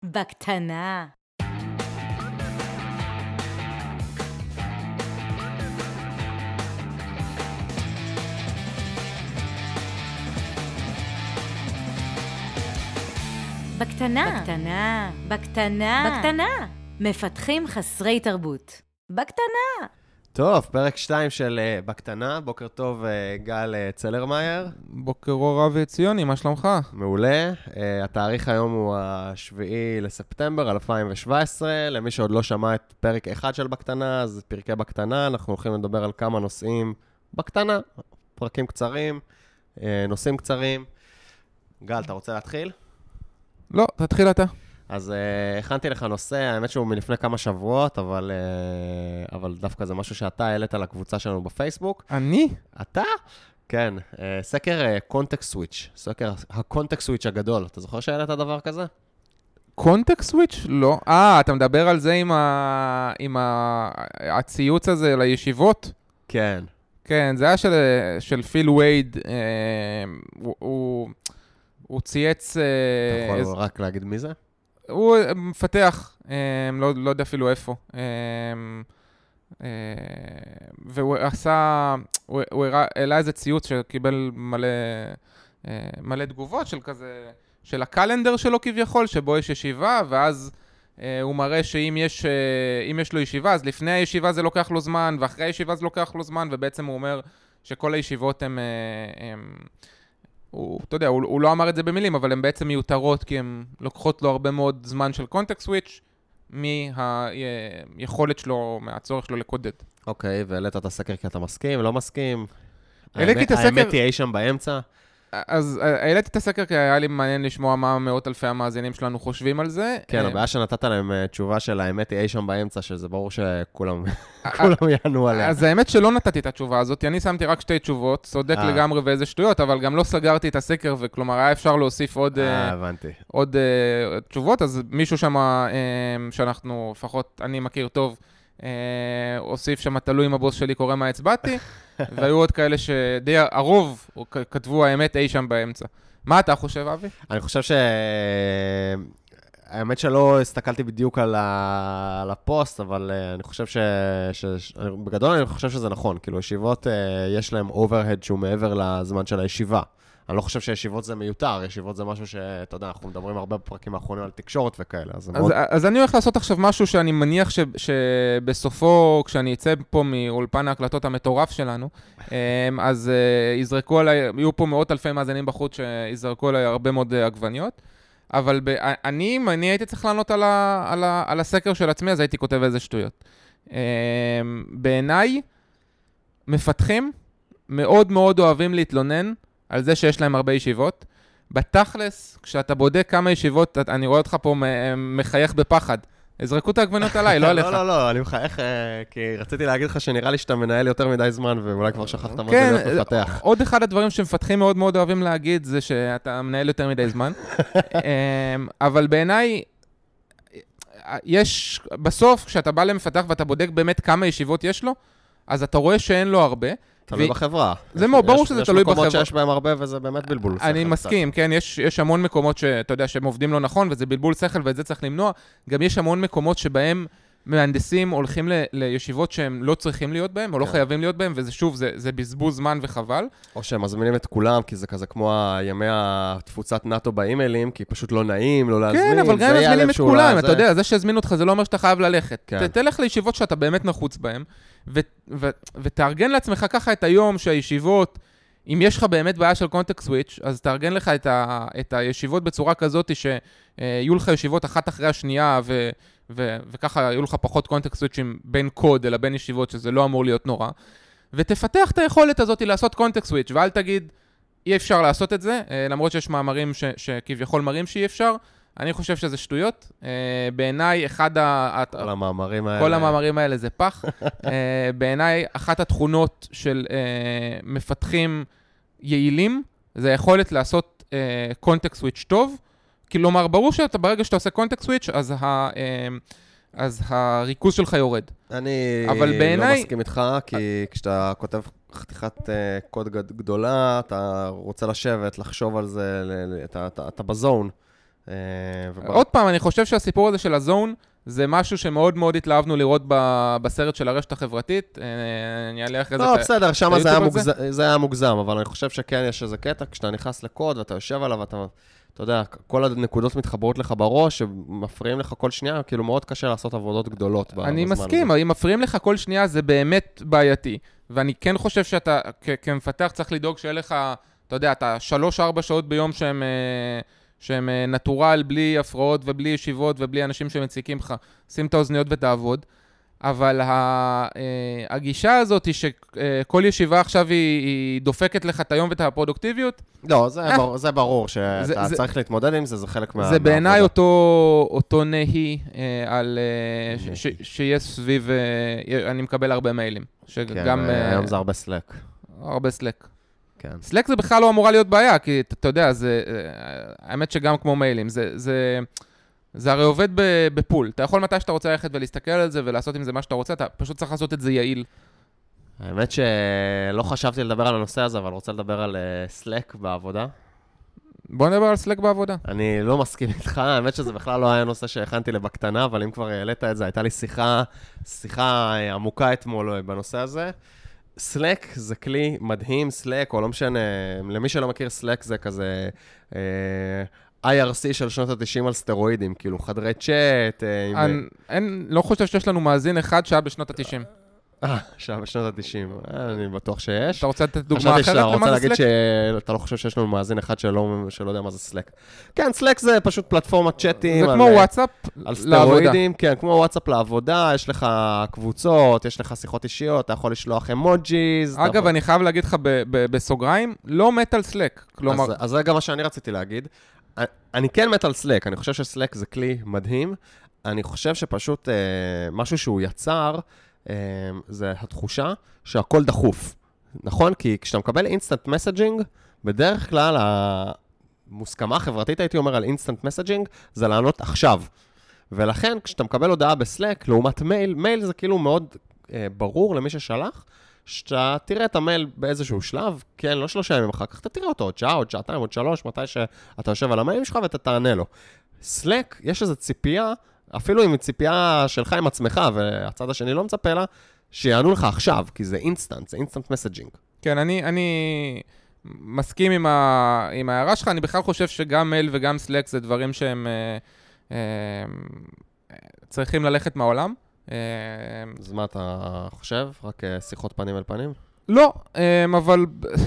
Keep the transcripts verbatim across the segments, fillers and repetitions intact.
בקטנה. בקטנה. בקטנה. בקטנה. בקטנה. מפתחים חסרי תרבות. בקטנה. טוב, פרק שתיים של uh, בקטנה. בוקר טוב, uh, גל uh, צלרמייר. בוקר אור אבי ציוני, מה שלומך? מעולה. Uh, התאריך היום הוא השביעי לספטמבר אלפיים שבע עשרה. למי שעוד לא שמע את פרק אחד של בקטנה, אז פרקי בקטנה. אנחנו הולכים לדבר על כמה נושאים בקטנה. פרקים קצרים, uh, נושאים קצרים. גל, אתה רוצה להתחיל? לא, תתחיל אתה. אז uh, הכנתי לך נושא, האמת שהוא מלפני כמה שבועות, אבל, uh, אבל דווקא זה משהו שאתה העלית על הקבוצה שלנו בפייסבוק. אני? אתה? כן, uh, סקר קונטקסט סוויץ', סקר הקונטקסט סוויץ' הגדול. אתה זוכר שהעלית דבר כזה? קונטקסט סוויץ'? לא. אה, אתה מדבר על זה עם, ה... עם ה... הציוץ הזה לישיבות? כן. כן, זה היה של, של פיל וייד, אה, הוא, הוא, הוא צייץ... אתה יכול איז... רק להגיד מי זה? הוא מפתח, לא, לא יודע אפילו איפה, והוא עשה, הוא, הוא העלה איזה ציוץ שקיבל מלא, מלא תגובות של כזה, של הקלנדר שלו כביכול, שבו יש ישיבה, ואז הוא מראה שאם יש, אם יש לו ישיבה, אז לפני הישיבה זה לוקח לו זמן, ואחרי הישיבה זה לוקח לו זמן, ובעצם הוא אומר שכל הישיבות הן... הן הוא, אתה יודע, הוא, הוא לא אמר את זה במילים, אבל הן בעצם מיותרות, כי הן לוקחות לו הרבה מאוד זמן של קונטקסט סוויץ' מהיכולת שלו, מהצורך שלו לקודד. אוקיי, והעלית את הסקר כי אתה מסכים, לא מסכים? העליתי את הסקר... האמת תהיה שם באמצע? אז העליתי את הסקר כי היה לי מעניין לשמוע מה מאות אלפי המאזינים שלנו חושבים על זה. כן, הבעיה שנתת להם תשובה של האמת תהיה שם באמצע, שזה ברור שכולם יענו עליה. אז האמת שלא נתתי את התשובה הזאת, אני שמתי רק שתי תשובות, צודק לגמרי ואיזה שטויות, אבל גם לא סגרתי את הסקר, וכלומר היה אפשר להוסיף עוד תשובות, אז מישהו שם שאנחנו, לפחות אני מכיר טוב, הוסיף שם תלוי אם הבוס שלי קורא מה הצבעתי, והיו עוד כאלה שדי הרוב כתבו האמת אי שם באמצע. מה אתה חושב, אבי? אני חושב ש... האמת שלא הסתכלתי בדיוק על, ה... על הפוסט, אבל אני חושב ש... ש... בגדול אני חושב שזה נכון. כאילו, ישיבות, יש להם אוברהד שהוא מעבר לזמן של הישיבה. אני לא חושב שישיבות זה מיותר, ישיבות זה משהו שאתה יודע, אנחנו מדברים הרבה בפרקים האחרונים על תקשורת וכאלה. אז, אז, מאוד... אז אני הולך לעשות עכשיו משהו שאני מניח ש, שבסופו, כשאני אצא פה מאולפן ההקלטות המטורף שלנו, אז יזרקו עליי, יהיו פה מאות אלפי מאזינים בחוץ שיזרקו עליי הרבה מאוד עגבניות, אבל ב, אני, אני הייתי צריך לענות על, ה, על, ה, על הסקר של עצמי, אז הייתי כותב איזה שטויות. בעיניי, מפתחים מאוד מאוד אוהבים להתלונן, על זה שיש להם הרבה ישיבות. בתכלס, כשאתה בודק כמה ישיבות, אני רואה אותך פה מחייך בפחד. הזרקו את העגבניות עליי, לא עליך. לא, לא, לא, אני מחייך, כי רציתי להגיד לך שנראה לי שאתה מנהל יותר מדי זמן, ואולי כבר שכחת מה זה להיות מפתח. עוד אחד הדברים שמפתחים מאוד מאוד אוהבים להגיד, זה שאתה מנהל יותר מדי זמן. אבל בעיניי, יש, בסוף, כשאתה בא למפתח ואתה בודק באמת כמה ישיבות יש לו, אז אתה רואה שאין לו הרבה, תלוי בחברה. זה מאוד, ברור שזה תלוי בחברה. יש מקומות שיש בהם הרבה וזה באמת בלבול שכל. אני מסכים, כן, יש המון מקומות שאתה יודע שהם עובדים לא נכון וזה בלבול שכל ואת זה צריך למנוע. גם יש המון מקומות שבהם מהנדסים הולכים לישיבות שהם לא צריכים להיות בהם או לא חייבים להיות בהם, וזה שוב, זה בזבוז זמן וחבל. או שהם מזמינים את כולם, כי זה כזה כמו הימי התפוצת נאטו באימיילים, כי פשוט לא נעים, לא להזמין. כן, אבל גם מזמינים את כולם, אתה יודע, זה שהזמינו אותך זה לא אומר שאתה חייב ללכת. תלך לישיבות שאתה באמת נחוץ בהם, ותארגן לעצמך ככה את היום שהישיבות, אם יש לך באמת בעיה של קונטקסט סוויץ', אז תארגן לך את, ה, את הישיבות בצורה כזאת שיהיו לך ישיבות אחת אחרי השנייה, ו, ו, וככה יהיו לך פחות קונטקסט סוויץ'ים בין קוד אלא בין ישיבות, שזה לא אמור להיות נורא. ותפתח את היכולת הזאת לעשות קונטקסט סוויץ', ואל תגיד, אי אפשר לעשות את זה, למרות שיש מאמרים ש, שכביכול מראים שאי אפשר. אני חושב שזה שטויות. בעיניי, אחד ה... כל המאמרים האלה. כל המאמרים האלה זה פח. בעיניי, אחת התכונות של מפתחים יעילים, זה היכולת לעשות קונטקסט סוויץ' טוב. כלומר, ברור שאתה ברגע שאתה עושה קונטקסט סוויץ', אז ה... אז הריכוז שלך יורד. אני בעיני... לא מסכים איתך, כי כשאתה כותב חתיכת קוד גדולה, אתה רוצה לשבת, לחשוב על זה, אתה, אתה, אתה בזון. עוד פעם, אני חושב שהסיפור הזה של הזון, זה משהו שמאוד מאוד התלהבנו לראות בסרט של הרשת החברתית. אני אעלה אחרי זה... לא, בסדר, שם זה היה מוגזם, אבל אני חושב שכן יש איזה קטע, כשאתה נכנס לקוד ואתה יושב עליו, ואתה, אתה יודע, כל הנקודות מתחברות לך בראש, שמפריעים לך כל שנייה, כאילו מאוד קשה לעשות עבודות גדולות בזמן הזה. אני מסכים, אם מפריעים לך כל שנייה, זה באמת בעייתי. ואני כן חושב שאתה, כמפתח, צריך לדאוג שיהיה לך, אתה יודע, אתה שלוש, ארבע שעות ביום שהם... שהם נטורל, בלי הפרעות ובלי ישיבות ובלי אנשים שמציקים לך, שים את האוזניות ותעבוד. אבל הגישה הזאת היא שכל ישיבה עכשיו היא דופקת לך את היום ואת הפרודוקטיביות. לא, זה ברור שאתה צריך להתמודד עם זה, זה חלק מה... זה בעיניי אותו נהי על שיש סביב, אני מקבל הרבה מיילים. כן, היום זה הרבה סלק. הרבה סלק. כן. סלק זה בכלל לא אמורה להיות בעיה, כי אתה יודע, זה, האמת שגם כמו מיילים, זה, זה, זה הרי עובד בפול. אתה יכול מתי שאתה רוצה ללכת ולהסתכל על זה ולעשות עם זה מה שאתה רוצה, אתה פשוט צריך לעשות את זה יעיל. האמת שלא חשבתי לדבר על הנושא הזה, אבל רוצה לדבר על סלק בעבודה. בוא נדבר על סלק בעבודה. אני לא מסכים איתך, האמת שזה בכלל לא היה נושא שהכנתי לבקטנה, אבל אם כבר העלית את זה, הייתה לי שיחה, שיחה עמוקה אתמול בנושא הזה. Slack זה כלי מדהים, Slack, או לא משנה, למי שלא מכיר Slack זה כזה אה, איי אר סי של שנות ה-תשעים על סטרואידים, כאילו חדרי צ'אט. אה, אני עם... לא חושב שיש לנו מאזין אחד שעה בשנות ה-תשעים. אה, שעה בשנות ה-תשעים, אני בטוח שיש. אתה רוצה לתת דוגמה אחרת למה זה Slack? רוצה להגיד שאתה לא חושב שיש לנו מאזין אחד שלא, שלא יודע מה זה Slack. כן, Slack זה פשוט פלטפורמת צ'אטים. זה כמו וואטסאפ על סטרואידים, כן, כמו וואטסאפ לעבודה, יש לך קבוצות, יש לך שיחות אישיות, אתה יכול לשלוח אמוג'יז. אגב, אני חייב להגיד לך בסוגריים, לא מת על Slack. כלומר... אז, אז זה גם מה שאני רציתי להגיד. אני כן מת על Slack, אני חושב ש-Slack זה כלי מדהים. אני חושב שפשוט אה, משהו שהוא יצר, זה התחושה שהכל דחוף, נכון? כי כשאתה מקבל אינסטנט מסג'ינג, בדרך כלל המוסכמה החברתית, הייתי אומר על אינסטנט מסג'ינג, זה לענות עכשיו. ולכן כשאתה מקבל הודעה בסלק, לעומת מייל, מייל זה כאילו מאוד אה, ברור למי ששלח, שאתה תראה את המייל באיזשהו שלב, כן, לא שלושה ימים אחר כך, אתה תראה אותו עוד שעה, עוד שעתיים, עוד שלוש, מתי שאתה יושב על המיילים שלך ואתה תענה לו. סלק, יש איזו ציפייה, אפילו עם ציפייה שלך עם עצמך, והצד השני לא מצפה לה, שיענו לך עכשיו, כי זה אינסטנט, זה אינסטנט מסג'ינג. כן, אני, אני מסכים עם, ה, עם ההערה שלך, אני בכלל חושב שגם מייל וגם סלק זה דברים שהם אה, אה, צריכים ללכת מהעולם. אה, אז מה אתה חושב? רק שיחות פנים אל פנים? לא, אבל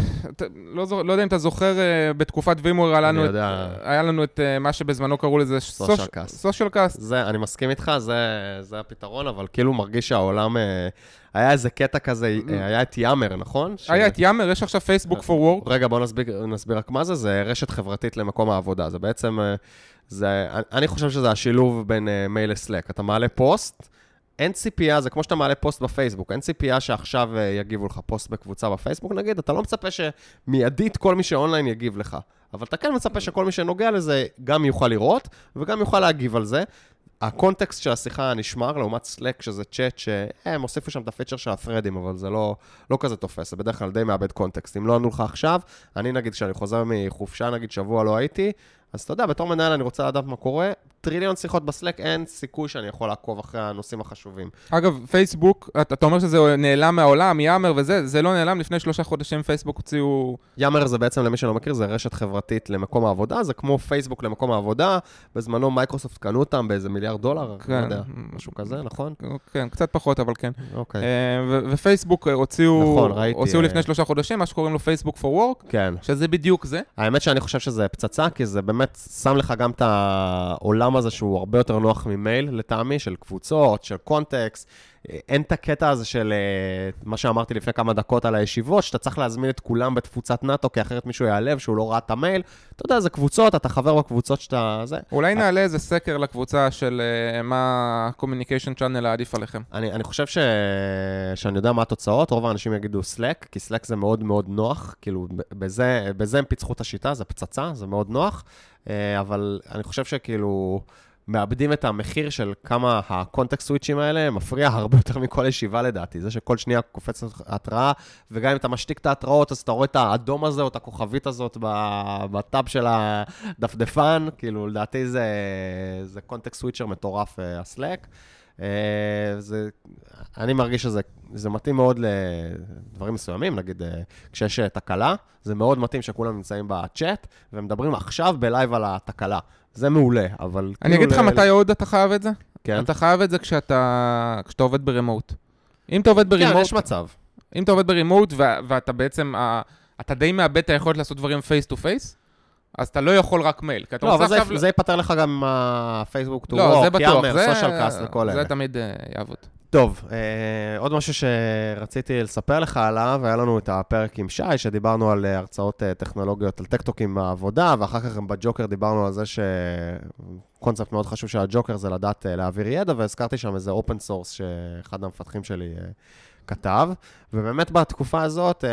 לא, לא יודע אם אתה זוכר, בתקופת וימור היה לנו, את, היה לנו את מה שבזמנו קראו לזה סושיאל קאסט. זה, אני מסכים איתך, זה, זה הפתרון, אבל כאילו מרגיש שהעולם, היה איזה קטע כזה, היה את יאמר, נכון? היה את יאמר, יש עכשיו פייסבוק פור וורק. רגע, בוא נסביר, נסביר רק מה זה, זה רשת חברתית למקום העבודה. זה בעצם, זה, אני חושב שזה השילוב בין מייל לסלק. אתה מעלה פוסט, אין ציפייה, זה כמו שאתה מעלה פוסט בפייסבוק, אין ציפייה שעכשיו יגיבו לך פוסט בקבוצה בפייסבוק, נגיד, אתה לא מצפה שמיידית כל מי שאונליין יגיב לך, אבל אתה כן מצפה שכל מי שנוגע לזה גם יוכל לראות, וגם יוכל להגיב על זה. הקונטקסט של השיחה נשמר, לעומת סלק, שזה צ'אט, שהם הוסיפו שם את הפיצ'ר של הפרדים, אבל זה לא, לא כזה תופס, זה בדרך כלל די מאבד קונטקסט. אם לא ענו לך עכשיו, אני נגיד, כשאני חוזר מחופשה, נגיד שבוע לא הייתי, אז אתה יודע, בתור מנהל אני רוצה לדעת מה קורה, טריליון שיחות בסלק, אין סיכוי שאני יכול לעקוב אחרי הנושאים החשובים. אגב, פייסבוק, אתה, אתה אומר שזה נעלם מהעולם, יאמר וזה, זה לא נעלם, לפני שלושה חודשים פייסבוק הוציאו... יאמר זה בעצם, למי שלא מכיר, זה רשת חברתית למקום העבודה, זה כמו פייסבוק למקום העבודה, בזמנו מייקרוסופט קנו אותם באיזה מיליארד דולר, כן. לא יודע, משהו כזה, נכון? כן, קצת פחות, אבל כן. אוקיי. ו- ופייסבוק הוציאו, נכון, ראיתי, הוציאו לפני שלושה חודשים, מה שקוראים לו פייסבוק פור וורק, כן. שזה בדיוק זה. האמת שאני חושב שזה פצצה, כי זה באמת שם לך גם את העולם הזה שהוא הרבה יותר נוח ממייל, לטעמי, של קבוצות, של קונטקסט. אין את הקטע הזה של מה שאמרתי לפני כמה דקות על הישיבות, שאתה צריך להזמין את כולם בתפוצת נאטו, כי אחרת מישהו יעלב שהוא לא ראה את המייל. אתה יודע, זה קבוצות, אתה חבר בקבוצות שאתה... זה. אולי נעלה איזה סקר לקבוצה של מה ה-communication channel העדיף עליכם. אני, אני חושב ש... שאני יודע מה התוצאות, רוב האנשים יגידו Slack, כי Slack זה מאוד מאוד נוח, כאילו בזה, בזה הם פיצחו את השיטה, זה פצצה, זה מאוד נוח, אבל אני חושב שכאילו... מאבדים את המחיר של כמה הקונטקסט סוויצ'ים האלה מפריע הרבה יותר מכל ישיבה לדעתי. זה שכל שנייה קופצת התראה, וגם אם אתה משתיק את ההתראות, אז אתה רואה את האדום הזה או את הכוכבית הזאת בטאב של הדפדפן, כאילו לדעתי זה, זה קונטקסט סוויצ'ר מטורף הסלק. זה, אני מרגיש שזה זה מתאים מאוד לדברים מסוימים, נגיד כשיש תקלה, זה מאוד מתאים שכולם נמצאים בצ'אט, ומדברים עכשיו בלייב על התקלה. זה מעולה, אבל... אני אגיד לך מתי עוד אתה חייב את זה? כן. אתה חייב את זה כשאתה, כשאתה עובד ברימוט. אם אתה עובד ברימוט... כן, יש מצב. אם אתה עובד ברימוט, ואתה בעצם, אתה די מאבד את היכולת לעשות דברים פייס טו פייס, אז אתה לא יכול רק מייל. לא, אבל זה, זה ייפטר לך גם עם הפייסבוק טו וורק, יאמר, סושיאל קאסט וכל אלה. זה תמיד יעבוד. טוב, אה, עוד משהו שרציתי לספר לך עליו, היה לנו את הפרק עם שי, שדיברנו על הרצאות טכנולוגיות, על טקטוקים בעבודה, ואחר כך בג'וקר דיברנו על זה שקונספט מאוד חשוב של הג'וקר זה לדעת להעביר ידע, והזכרתי שם איזה אופן סורס שאחד המפתחים שלי כתב, ובאמת בתקופה הזאת,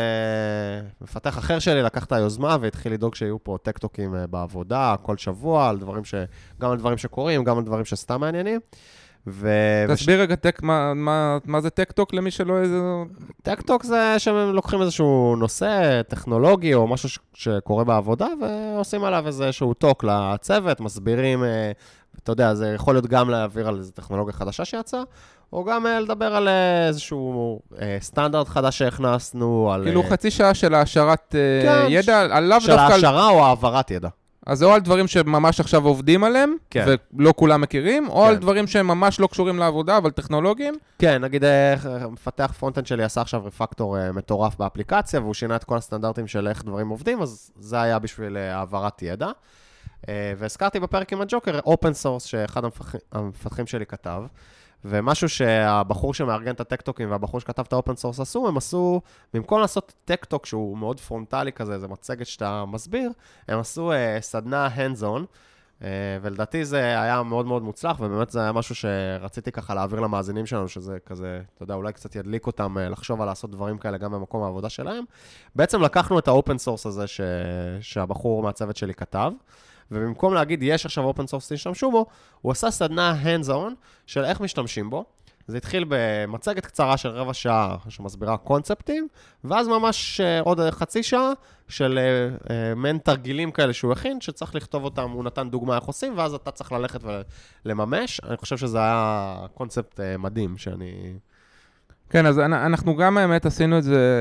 מפתח אחר שלי לקח את היוזמה והתחיל לדאוג שיהיו פה טקטוקים בעבודה, כל שבוע, על דברים ש... גם על דברים שקורים, גם על דברים שסתם מעניינים. ו... תסביר רגע טק, מה, מה, מה זה טק-טוק למי שלא איזה... טק-טוק זה שהם לוקחים איזשהו נושא טכנולוגי או משהו ש... שקורה בעבודה, ועושים עליו איזשהו טוק לצוות, מסבירים, אתה יודע, זה יכול להיות גם להעביר על איזו טכנולוגיה חדשה שיצאה, או גם לדבר על איזשהו סטנדרט חדש שהכנסנו, על... כאילו חצי שעה של העשרת כן, ידע, עליו של ההשערה על... או העברת ידע. אז או על דברים שממש עכשיו עובדים עליהם, כן. ולא כולם מכירים, או כן. על דברים שהם ממש לא קשורים לעבודה, אבל טכנולוגיים. כן, נגיד, מפתח פרונט-אנד שלי עשה עכשיו רפקטור מטורף באפליקציה, והוא שינה את כל הסטנדרטים של איך דברים עובדים, אז זה היה בשביל העברת ידע. והזכרתי בפרק עם הג'וקר, אופן סורס, שאחד המפתחים שלי כתב, ומשהו שהבחור שמארגן את הטק-טוקים והבחור שכתב את האופן סורס עשו, הם עשו, במקום לעשות טק-טוק שהוא מאוד פרונטלי כזה, זה מצגת שאתה מסביר, הם עשו uh, סדנה hands-on, uh, ולדעתי זה היה מאוד מאוד מוצלח, ובאמת זה היה משהו שרציתי ככה להעביר למאזינים שלנו, שזה כזה, אתה יודע, אולי קצת ידליק אותם uh, לחשוב על לעשות דברים כאלה גם במקום העבודה שלהם. בעצם לקחנו את האופן סורס הזה ש... שהבחור מהצוות שלי כתב, ובמקום להגיד, יש עכשיו אופן סורס, תשתמשו בו, הוא עשה סדנה hands-on של איך משתמשים בו. זה התחיל במצגת קצרה של רבע שעה שמסבירה קונספטים, ואז ממש עוד חצי שעה של מעין תרגילים כאלה שהוא הכין, שצריך לכתוב אותם, הוא נתן דוגמה איך עושים, ואז אתה צריך ללכת ולממש. אני חושב שזה היה קונספט מדהים שאני... כן, אז אנחנו גם האמת עשינו את זה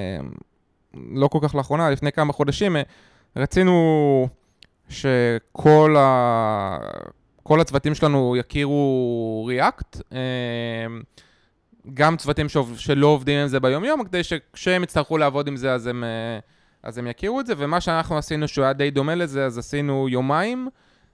לא כל כך לאחרונה, לפני כמה חודשים, רצינו... שכל ה... כל הצוותים שלנו יכירו React, גם צוותים שלא עובדים עם זה ביום יום, כדי שכשהם יצטרכו לעבוד עם זה, אז הם, אז הם יכירו את זה, ומה שאנחנו עשינו שהוא היה די דומה לזה, אז עשינו יומיים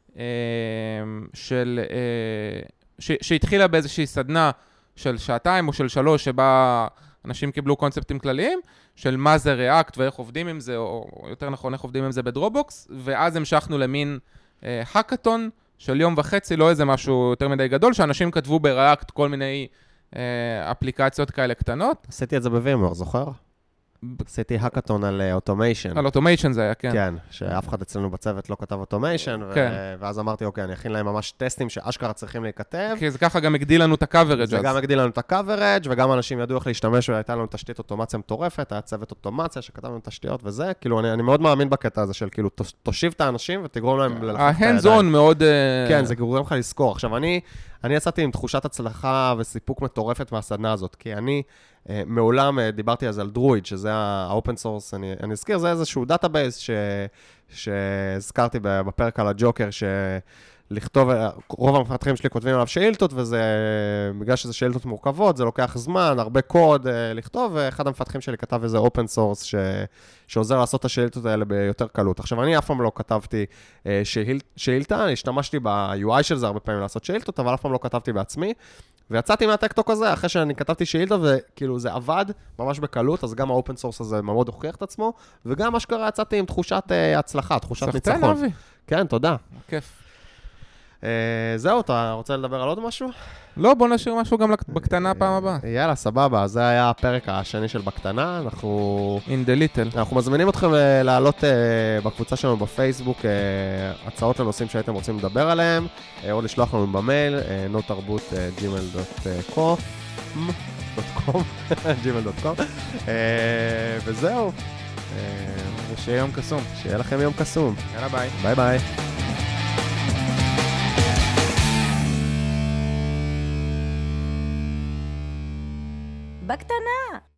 של... ש... שהתחילה באיזושהי סדנה של שעתיים או של שלוש, שבה אנשים קיבלו קונספטים כלליים, של מה זה React ואיך עובדים עם זה, או יותר נכון, איך עובדים עם זה בדרופבוקס, ואז המשכנו למין אה, האקתון של יום וחצי, לא איזה משהו יותר מדי גדול, שאנשים כתבו ב-React כל מיני אה, אפליקציות כאלה קטנות. עשיתי את זה בווימור, זוכר? עשיתי האקתון על אוטומיישן. על אוטומיישן זה היה, כן. כן, שאף אחד אצלנו בצוות לא כתב אוטומיישן, ואז אמרתי, אוקיי, אני אכין להם ממש טסטים שאשכרה צריכים להיכתב. כי זה ככה גם הגדיל לנו את ה-coverage. זה גם הגדיל לנו את ה-coverage, וגם אנשים ידעו איך להשתמש, והייתה לנו תשתית אוטומציה מטורפת, היה צוות אוטומציה שכתב לנו תשתיות וזה, כאילו, אני מאוד מאמין בקטע הזה של, כאילו, תושיב את האנשים ותגרום להם ללחץ את הידיים. ה-hands-on מאוד... כן, זה גורם לך לזכור. עכשיו, אני, אני יצאתי עם תחושת הצלחה וסיפוק מטורפת מהסדנה הזאת, כי אני מעולם דיברתי אז על דרויד, שזה האופן סורס, אני, אני אזכיר, זה איזשהו דאטאבייס ש, שהזכרתי בפרק על הג'וקר, שלכתוב, רוב המפתחים שלי כותבים עליו שאילתות, וזה, בגלל שזה שאילתות מורכבות, זה לוקח זמן, הרבה קוד לכתוב, ואחד המפתחים שלי כתב איזה אופן סורס, ש, שעוזר לעשות את השאילתות האלה ביותר קלות. עכשיו, אני אף פעם לא כתבתי שאיל, שאילתה, אני השתמשתי ב-יו איי של זה הרבה פעמים לעשות שאילתות, אבל אף פעם לא כתבתי בעצמי, ויצאתי מהטק-טוק הזה, אחרי שאני כתבתי שאילתה, וכאילו זה עבד ממש בקלות, אז גם האופן סורס הזה מאוד הוכיח את עצמו, וגם מה שקרה, יצאתי עם תחושת הצלחה, תחושת ניצחון. סחטן, אבי. כן, תודה. כיף. זהו, אתה רוצה לדבר על עוד משהו? לא, בוא נשאיר משהו גם בקטנה פעם הבאה. יאללה, סבבה, זה היה הפרק השני של בקטנה, אנחנו... In the little. אנחנו מזמינים אתכם לעלות בקבוצה שלנו בפייסבוק הצעות לנושאים שהייתם רוצים לדבר עליהם, או לשלוח לנו במייל, נותרבות ג'ימייל דוט קום, ג'ימייל דוט קום, וזהו. ושיהיה יום קסום. שיהיה לכם יום קסום. יאללה, ביי. ביי ביי. בקטנה.